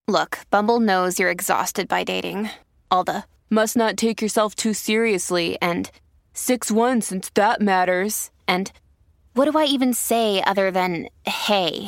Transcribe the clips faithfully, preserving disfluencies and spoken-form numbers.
Look, Bumble knows you're exhausted by dating. All the, must not take yourself too seriously, and six one since that matters, and what do I even say other than, hey?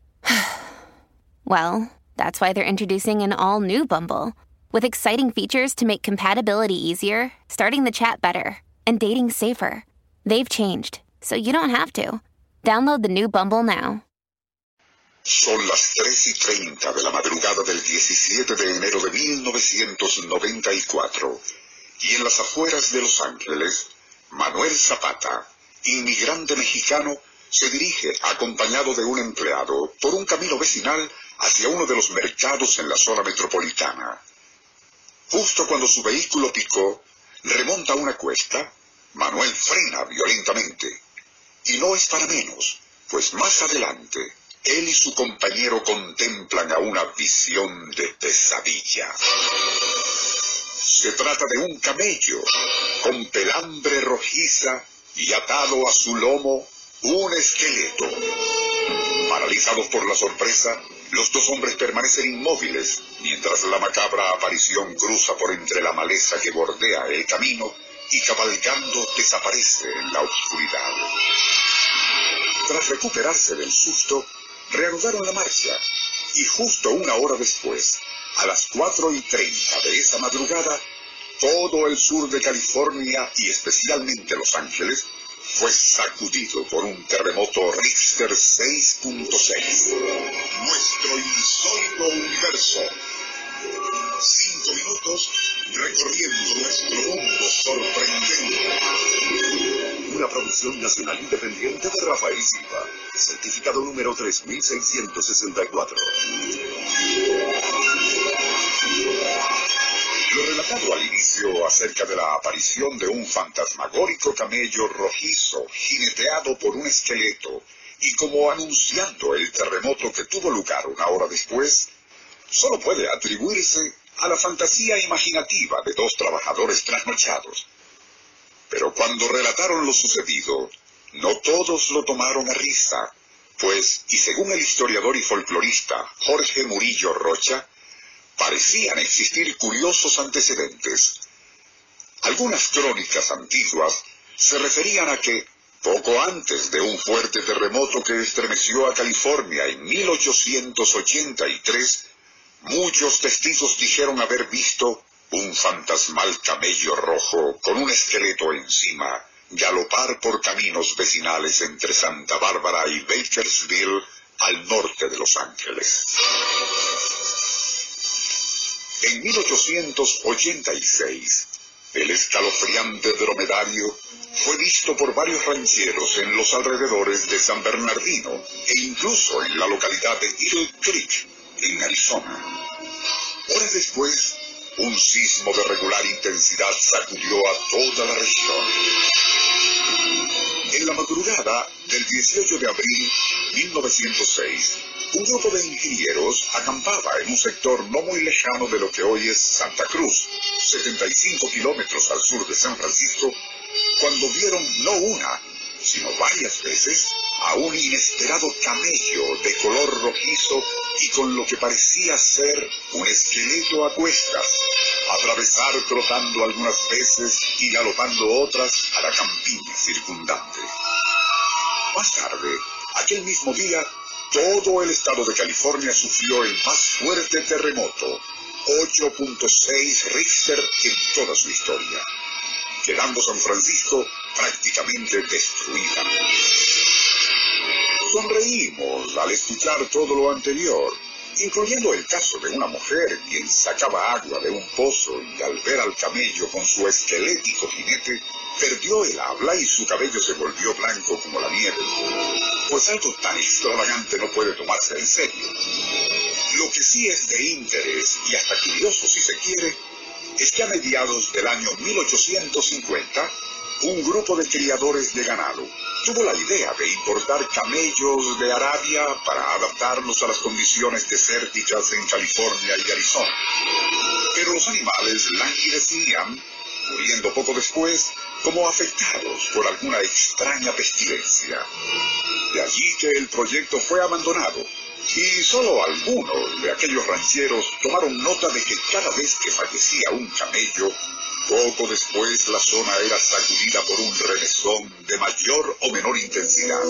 Well, that's why they're introducing an all-new Bumble, with exciting features to make compatibility easier, starting the chat better, and dating safer. They've changed, so you don't have to. Download the new Bumble now. Son las tres y treinta de la madrugada del diecisiete de enero de mil novecientos noventa y cuatro, y en las afueras de Los Ángeles, Manuel Zapata, inmigrante mexicano, se dirige, acompañado de un empleado, por un camino vecinal hacia uno de los mercados en la zona metropolitana. Justo cuando su vehículo picó, remonta una cuesta, Manuel frena violentamente. Y no es para menos, pues más adelante, él y su compañero contemplan a una visión de pesadilla. Se trata de un camello, con pelambre rojiza y atado a su lomo un esqueleto. Paralizados por la sorpresa, los dos hombres permanecen inmóviles, mientras la macabra aparición cruza por entre la maleza que bordea el camino y cabalgando desaparece en la oscuridad. Tras recuperarse del susto, reanudaron la marcha, y justo una hora después, a las cuatro y treinta de esa madrugada, todo el sur de California y especialmente Los Ángeles fue sacudido por un terremoto Richter seis punto seis. Nuestro insólito universo. Cinco minutos recorriendo nuestro mundo sorprendente. Una producción nacional independiente de Rafael Silva. Certificado número tres mil seiscientos sesenta y cuatro. Lo relatado al inicio acerca de la aparición de un fantasmagórico camello rojizo jineteado por un esqueleto y como anunciando el terremoto que tuvo lugar una hora después, solo puede atribuirse a la fantasía imaginativa de dos trabajadores trasnochados. Pero cuando relataron lo sucedido, no todos lo tomaron a risa, pues, y según el historiador y folclorista Jorge Murillo Rocha, parecían existir curiosos antecedentes. Algunas crónicas antiguas se referían a que, poco antes de un fuerte terremoto que estremeció a California en mil ochocientos ochenta y tres, muchos testigos dijeron haber visto un fantasmal camello rojo con un esqueleto encima galopar por caminos vecinales entre Santa Bárbara y Bakersville, al norte de Los Ángeles. En mil ochocientos ochenta y seis, el escalofriante dromedario fue visto por varios rancheros en los alrededores de San Bernardino e incluso en la localidad de Eagle Creek, en Arizona. Horas después, un sismo de regular intensidad sacudió a toda la región. En la madrugada del dieciocho de abril de mil novecientos seis, un grupo de ingenieros acampaba en un sector no muy lejano de lo que hoy es Santa Cruz, setenta y cinco kilómetros al sur de San Francisco, cuando vieron no una, sino varias veces a un inesperado camello de color rojizo y con lo que parecía ser un esqueleto a cuestas, atravesar trotando algunas veces y galopando otras a la campiña circundante. Más tarde, aquel mismo día, todo el estado de California sufrió el más fuerte terremoto, ocho punto seis Richter en toda su historia, quedando San Francisco prácticamente destruida. Sonreímos al escuchar todo lo anterior, incluyendo el caso de una mujer quien sacaba agua de un pozo y al ver al camello con su esquelético jinete, perdió el habla y su cabello se volvió blanco como la nieve. Pues algo tan extravagante no puede tomarse en serio. Lo que sí es de interés, y hasta curioso si se quiere, es que a mediados del año mil ochocientos cincuenta, un grupo de criadores de ganado tuvo la idea de importar camellos de Arabia para adaptarlos a las condiciones desérticas en California y Arizona. Pero los animales languidecían, muriendo poco después, como afectados por alguna extraña pestilencia. De allí que el proyecto fue abandonado, Y solo algunos de aquellos rancheros tomaron nota de que cada vez que fallecía un camello, poco después la zona era sacudida por un remesón de mayor o menor intensidad.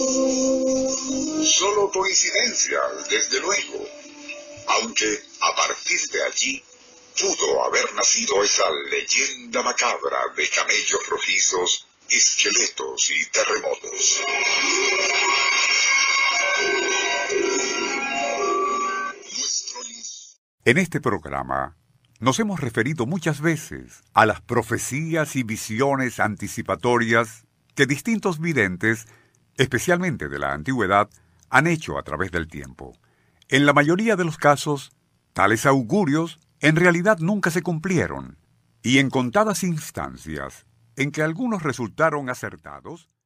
Solo coincidencia, desde luego, aunque a partir de allí pudo haber nacido esa leyenda macabra de camellos rojizos, esqueletos y terremotos. En este programa nos hemos referido muchas veces a las profecías y visiones anticipatorias que distintos videntes, especialmente de la antigüedad, han hecho a través del tiempo. En la mayoría de los casos, tales augurios en realidad nunca se cumplieron, y en contadas instancias en que algunos resultaron acertados,